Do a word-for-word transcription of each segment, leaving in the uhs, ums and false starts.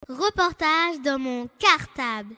Reportage dans mon cartable.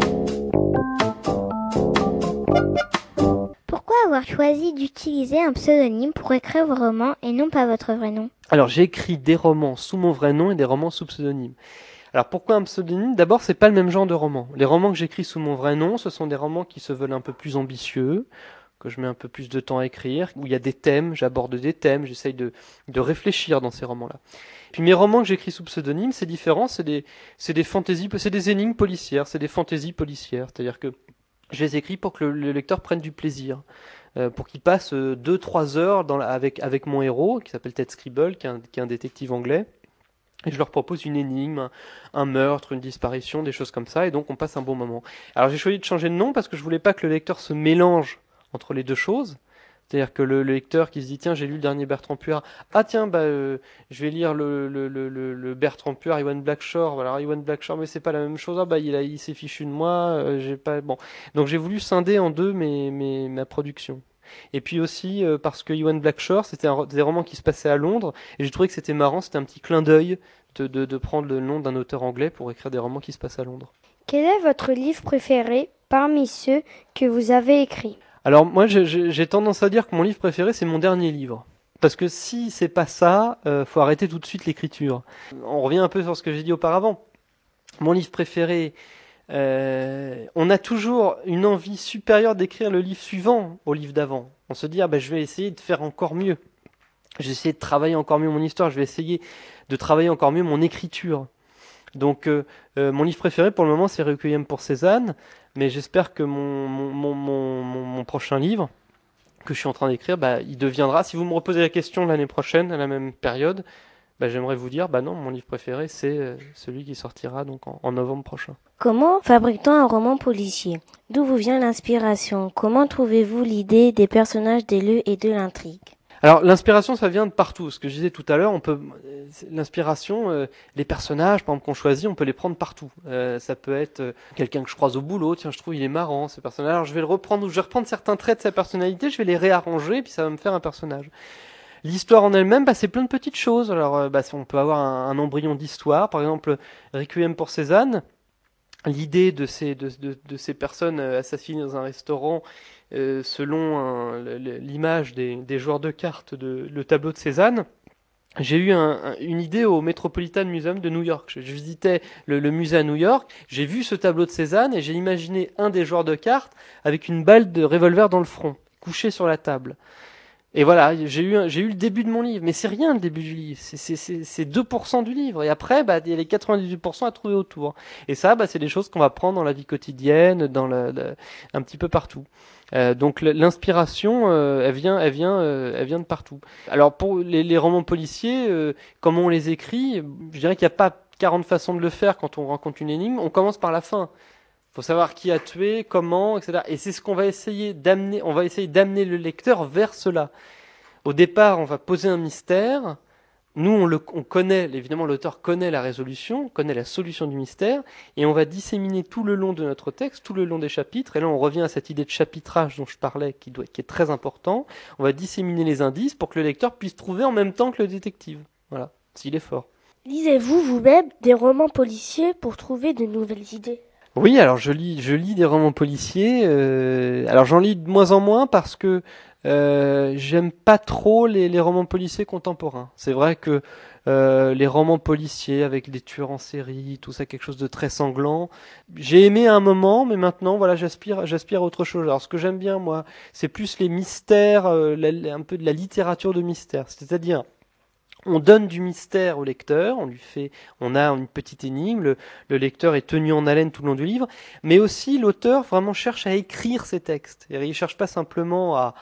Pourquoi avoir choisi d'utiliser un pseudonyme pour écrire vos romans et non pas votre vrai nom ? Alors j'ai écrit des romans sous mon vrai nom et des romans sous pseudonyme. Alors pourquoi un pseudonyme ? D'abord, c'est pas le même genre de roman. Les romans que j'écris sous mon vrai nom, ce sont des romans qui se veulent un peu plus ambitieux, que je mets un peu plus de temps à écrire, où il y a des thèmes, j'aborde des thèmes, j'essaye de, de réfléchir dans ces romans-là. Puis mes romans que j'écris sous pseudonyme, c'est différent, c'est des, c'est des fantaisies, c'est des énigmes policières, c'est des fantaisies policières, c'est-à-dire que je les écris pour que le, le lecteur prenne du plaisir, euh, pour qu'il passe deux trois heures dans la, avec, avec mon héros, qui s'appelle Ted Scribble, qui est un, qui est un détective anglais, et je leur propose une énigme, un, un meurtre, une disparition, des choses comme ça, et donc on passe un bon moment. Alors j'ai choisi de changer de nom parce que je voulais pas que le lecteur se mélange entre les deux choses. C'est-à-dire que le, le lecteur qui se dit tiens j'ai lu le dernier Bertrand Puard, ah tiens bah euh, je vais lire le, le, le, le, le Bertrand Puard, Iwan Blackshore, alors Iwan Blackshore mais c'est pas la même chose, ah bah il, a, il s'est fichu de moi, euh, j'ai pas bon. Donc j'ai voulu scinder en deux mes, mes, ma production. Et puis aussi euh, parce que Iwan Blackshore c'était un, des romans qui se passaient à Londres et j'ai trouvé que c'était marrant, c'était un petit clin d'œil de, de, de prendre le nom d'un auteur anglais pour écrire des romans qui se passent à Londres. Quel est votre livre préféré parmi ceux que vous avez écrits ? Alors moi j'ai, j'ai tendance à dire que mon livre préféré c'est mon dernier livre. Parce que si c'est pas ça, euh, faut arrêter tout de suite l'écriture. On revient un peu sur ce que j'ai dit auparavant. Mon livre préféré, euh, on a toujours une envie supérieure d'écrire le livre suivant au livre d'avant. On se dit ah ben je vais essayer de faire encore mieux. Je vais essayer de travailler encore mieux mon histoire. Je vais essayer de travailler encore mieux mon écriture. Donc euh, euh, mon livre préféré pour le moment c'est Requiem pour Cézanne, mais j'espère que mon, mon, mon, mon, mon prochain livre que je suis en train d'écrire, bah, il deviendra, si vous me reposez la question l'année prochaine, à la même période, bah, j'aimerais vous dire, bah non, mon livre préféré c'est euh, celui qui sortira donc en, en novembre prochain. Comment fabrique-t-on un roman policier ? D'où vous vient l'inspiration ? Comment trouvez-vous l'idée des personnages, des lieux et de l'intrigue ? Alors l'inspiration ça vient de partout, ce que je disais tout à l'heure, on peut l'inspiration, euh, les personnages par exemple qu'on choisit, on peut les prendre partout. Euh, ça peut être euh, quelqu'un que je croise au boulot, tiens je trouve il est marrant ce personnage, alors je vais le reprendre ou je vais reprendre certains traits de sa personnalité, je vais les réarranger puis ça va me faire un personnage. L'histoire en elle-même, bah, c'est plein de petites choses. Alors euh, bah, on peut avoir un, un embryon d'histoire, par exemple Requiem pour Cézanne. L'idée de ces, de, de, de ces personnes assassinées dans un restaurant, euh, selon un, l'image des, des joueurs de cartes, de, le tableau de Cézanne, j'ai eu un, un, une idée au Metropolitan Museum de New York. Je, je visitais le, le musée à New York, j'ai vu ce tableau de Cézanne et j'ai imaginé un des joueurs de cartes avec une balle de revolver dans le front, couché sur la table. Et voilà, j'ai eu, j'ai eu le début de mon livre, mais c'est rien le début du livre, c'est, c'est, c'est, c'est deux pour cent du livre, et après, bah, il y a les quatre-vingt-dix-huit pour cent à trouver autour. Et ça, bah, c'est des choses qu'on va prendre dans la vie quotidienne, dans le, le, un petit peu partout. Euh, donc l'inspiration, euh, elle vient, elle vient, euh, elle vient de partout. Alors pour les, les romans policiers, euh, comment on les écrit, je dirais qu'il n'y a pas quarante façons de le faire quand on raconte une énigme, on commence par la fin. Faut savoir qui a tué, comment, et cetera. Et c'est ce qu'on va essayer d'amener, on va essayer d'amener le lecteur vers cela. Au départ, on va poser un mystère. Nous, on le, on connaît, évidemment, l'auteur connaît la résolution, connaît la solution du mystère, et on va disséminer tout le long de notre texte, tout le long des chapitres. Et là, on revient à cette idée de chapitrage dont je parlais, qui doit, qui est très important. On va disséminer les indices pour que le lecteur puisse trouver en même temps que le détective. Voilà, s'il est fort. Lisez-vous vous-même des romans policiers pour trouver de nouvelles idées ? Oui, alors je lis, je lis des romans policiers. Euh, alors j'en lis de moins en moins parce que euh, j'aime pas trop les, les romans policiers contemporains. C'est vrai que euh, les romans policiers avec des tueurs en série, tout ça, quelque chose de très sanglant. J'ai aimé à un moment, mais maintenant, voilà, j'aspire, j'aspire à autre chose. Alors ce que j'aime bien, moi, c'est plus les mystères, euh, la, un peu de la littérature de mystère, c'est-à-dire on donne du mystère au lecteur, on lui fait, on a une petite énigme, le, le lecteur est tenu en haleine tout le long du livre, mais aussi l'auteur vraiment cherche à écrire ses textes. Et il cherche pas simplement à,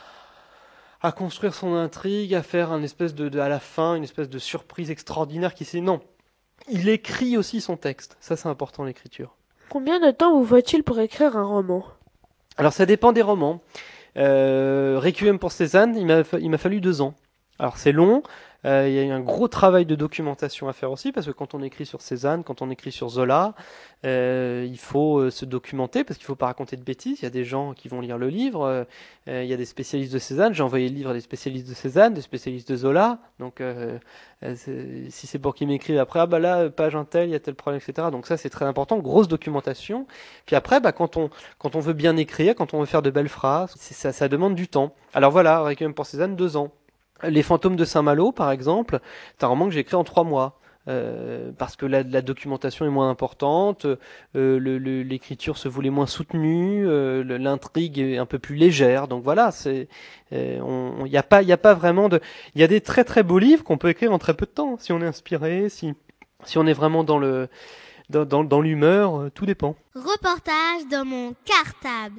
à construire son intrigue, à faire un espèce de, de, à la fin, une espèce de surprise extraordinaire qui s'est, non. Il écrit aussi son texte. Ça, c'est important, l'écriture. Combien de temps vous faut-il pour écrire un roman ? Alors, ça dépend des romans. Euh, Requiem pour Cézanne, il m'a, il m'a fallu deux ans. Alors, c'est long. Euh, il y a un gros travail de documentation à faire aussi, parce que quand on écrit sur Cézanne, quand on écrit sur Zola, euh, il faut euh, se documenter, parce qu'il ne faut pas raconter de bêtises. Il y a des gens qui vont lire le livre, euh, euh, il y a des spécialistes de Cézanne, j'ai envoyé le livre à des spécialistes de Cézanne, des spécialistes de Zola, donc euh, euh, c'est- si c'est pour qu'ils m'écrivent après, ah bah là, page un tel, il y a tel problème, et cetera. Donc ça c'est très important, grosse documentation. Puis après, bah, quand on, quand on veut bien écrire, quand on veut faire de belles phrases, c'est- ça, ça demande du temps. Alors voilà, Requiem pour Cézanne, deux ans. Les fantômes de Saint-Malo, par exemple, c'est un roman que j'ai écrit en trois mois. Euh, parce que la, la documentation est moins importante, euh, le- le- l'écriture se voulait moins soutenue, euh, le- l'intrigue est un peu plus légère. Donc voilà, c'est, il euh, n'y a pas, il y a pas vraiment de, il y a des très très beaux livres qu'on peut écrire en très peu de temps, si on est inspiré, si, si on est vraiment dans le, dans, dans, dans l'humeur, euh, tout dépend. Reportage dans mon cartable.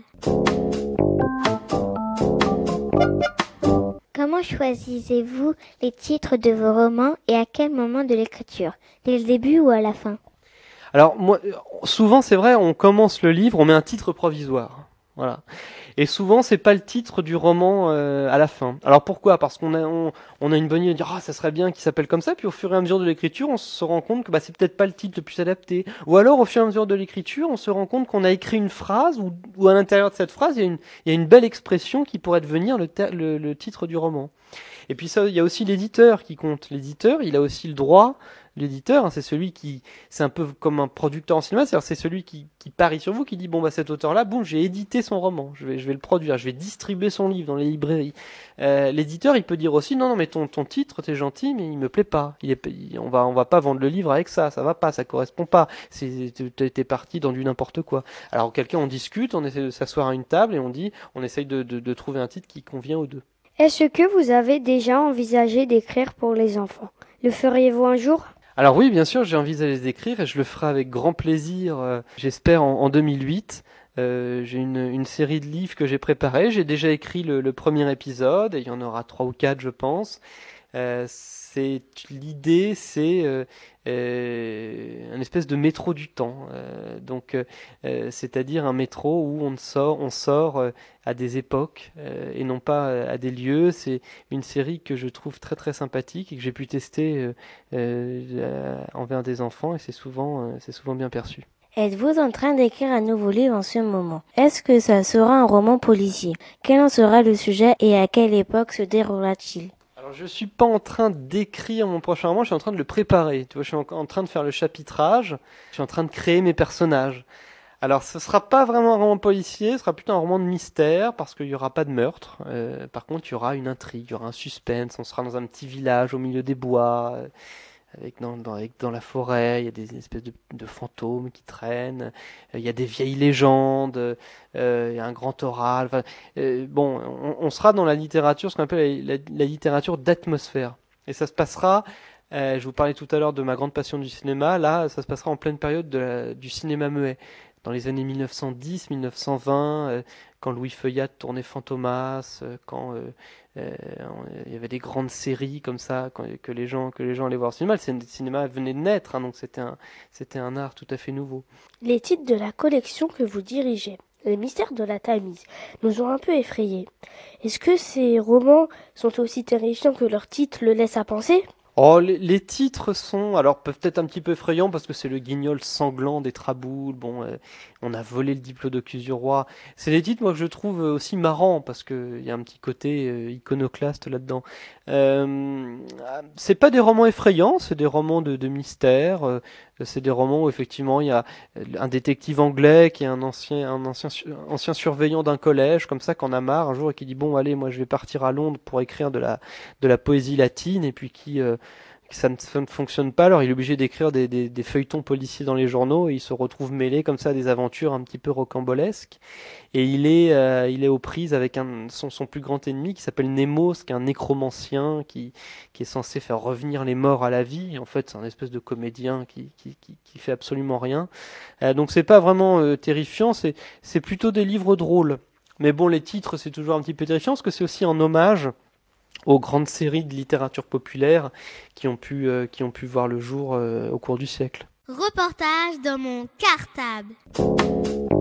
Comment choisissez-vous les titres de vos romans et à quel moment de l'écriture? Dès le début ou à la fin? Alors moi, euh, souvent c'est vrai, on commence le livre, on met un titre provisoire. Voilà. Et souvent, c'est pas le titre du roman euh, à la fin. Alors pourquoi? Parce qu'on a, on, on a une bonne idée de dire ah ça serait bien qu'il s'appelle comme ça. Puis au fur et à mesure de l'écriture, on se rend compte que bah, c'est peut-être pas le titre le plus adapté. Ou alors au fur et à mesure de l'écriture, on se rend compte qu'on a écrit une phrase où, où à l'intérieur de cette phrase, il y a une, il y a une belle expression qui pourrait devenir le, ter- le, le titre du roman. Et puis ça, il y a aussi l'éditeur qui compte. L'éditeur, il a aussi le droit. L'éditeur, hein, c'est celui qui, c'est un peu comme un producteur en cinéma, c'est-à-dire c'est celui qui, qui parie sur vous, qui dit bon bah cet auteur-là, boum, j'ai édité son roman, je vais, je vais le produire, je vais distribuer son livre dans les librairies. Euh, l'éditeur, il peut dire aussi non non mais ton, ton titre, t'es gentil, mais il me plaît pas. Il est, il- on va, on va pas vendre le livre avec ça, ça va pas, ça correspond pas. C'est, t'es, t'es parti dans du n'importe quoi. Alors quelqu'un, on discute, on essaie de s'asseoir à une table et on dit, on essaye de, de, de trouver un titre qui convient aux deux. Est-ce que vous avez déjà envisagé d'écrire pour les enfants? Le feriez-vous un jour? Alors oui, bien sûr, j'ai envisagé d'écrire et je le ferai avec grand plaisir, euh, j'espère en, en deux mille huit. Euh, j'ai une, une série de livres que j'ai préparés. J'ai déjà écrit le, le premier épisode et il y en aura trois ou quatre, je pense. Euh, c'est l'idée, c'est euh, euh, une espèce de métro du temps. Euh, donc, euh, euh, c'est-à-dire un métro où on sort, on sort euh, à des époques euh, et non pas euh, à des lieux. C'est une série que je trouve très très sympathique et que j'ai pu tester euh, euh, envers des enfants et c'est souvent, euh, c'est souvent bien perçu. Êtes-vous en train d'écrire un nouveau livre en ce moment? Est-ce que ça sera un roman policier? Quel en sera le sujet et à quelle époque se déroulera-t-il? Alors je suis pas en train d'écrire mon prochain roman, je suis en train de le préparer. Tu vois, je suis en, en train de faire le chapitrage, je suis en train de créer mes personnages. Alors ce sera pas vraiment un roman policier, ce sera plutôt un roman de mystère parce qu'il y aura pas de meurtre. Euh, par contre, il y aura une intrigue, il y aura un suspense. On sera dans un petit village au milieu des bois. Euh, avec dans, dans, avec dans la forêt, il y a des espèces de, de fantômes qui traînent, euh, il y a des vieilles légendes, euh, il y a un grand oral. Enfin, euh, bon, on, on sera dans la littérature, ce qu'on appelle la, la, la littérature d'atmosphère. Et ça se passera, euh, je vous parlais tout à l'heure de ma grande passion du cinéma, là, ça se passera en pleine période de la, du cinéma muet. Dans les années mille neuf cent dix, mille neuf cent vingt, euh, quand Louis Feuillade tournait Fantomas, euh, quand euh, euh, il y avait des grandes séries comme ça quand, que les gens que les gens allaient voir au cinéma. Le cinéma venait de naître, hein, donc c'était un c'était un art tout à fait nouveau. Les titres de la collection que vous dirigez, Les Mystères de la Tamise, nous ont un peu effrayés. Est-ce que ces romans sont aussi terrifiants que leur titre le laisse à penser? Oh, les, les titres sont, alors peuvent être un petit peu effrayants parce que c'est le guignol sanglant des Traboules. Bon, euh, on a volé le diplodocus du roi. C'est des titres moi que je trouve aussi marrants parce que il y a un petit côté euh, iconoclaste là-dedans. Euh, c'est pas des romans effrayants, c'est des romans de, de mystère. Euh, c'est des romans où effectivement il y a un détective anglais qui est un ancien, un ancien, ancien surveillant d'un collège comme ça, qu'on a marre un jour et qui dit bon allez moi je vais partir à Londres pour écrire de la de la poésie latine et puis qui euh, ça ne, ça ne fonctionne pas, alors il est obligé d'écrire des, des, des feuilletons policiers dans les journaux et il se retrouve mêlé comme ça à des aventures un petit peu rocambolesques et il est, euh, il est aux prises avec un, son, son plus grand ennemi qui s'appelle Nemos, qui est un nécromancien qui, qui est censé faire revenir les morts à la vie. Et en fait c'est un espèce de comédien qui, qui, qui, qui fait absolument rien. Euh, donc c'est pas vraiment euh, terrifiant, c'est, c'est plutôt des livres drôles. Mais bon, les titres c'est toujours un petit peu terrifiant parce que c'est aussi un hommage aux grandes séries de littérature populaire qui ont pu, euh, qui ont pu voir le jour euh, au cours du siècle. Reportage dans mon cartable.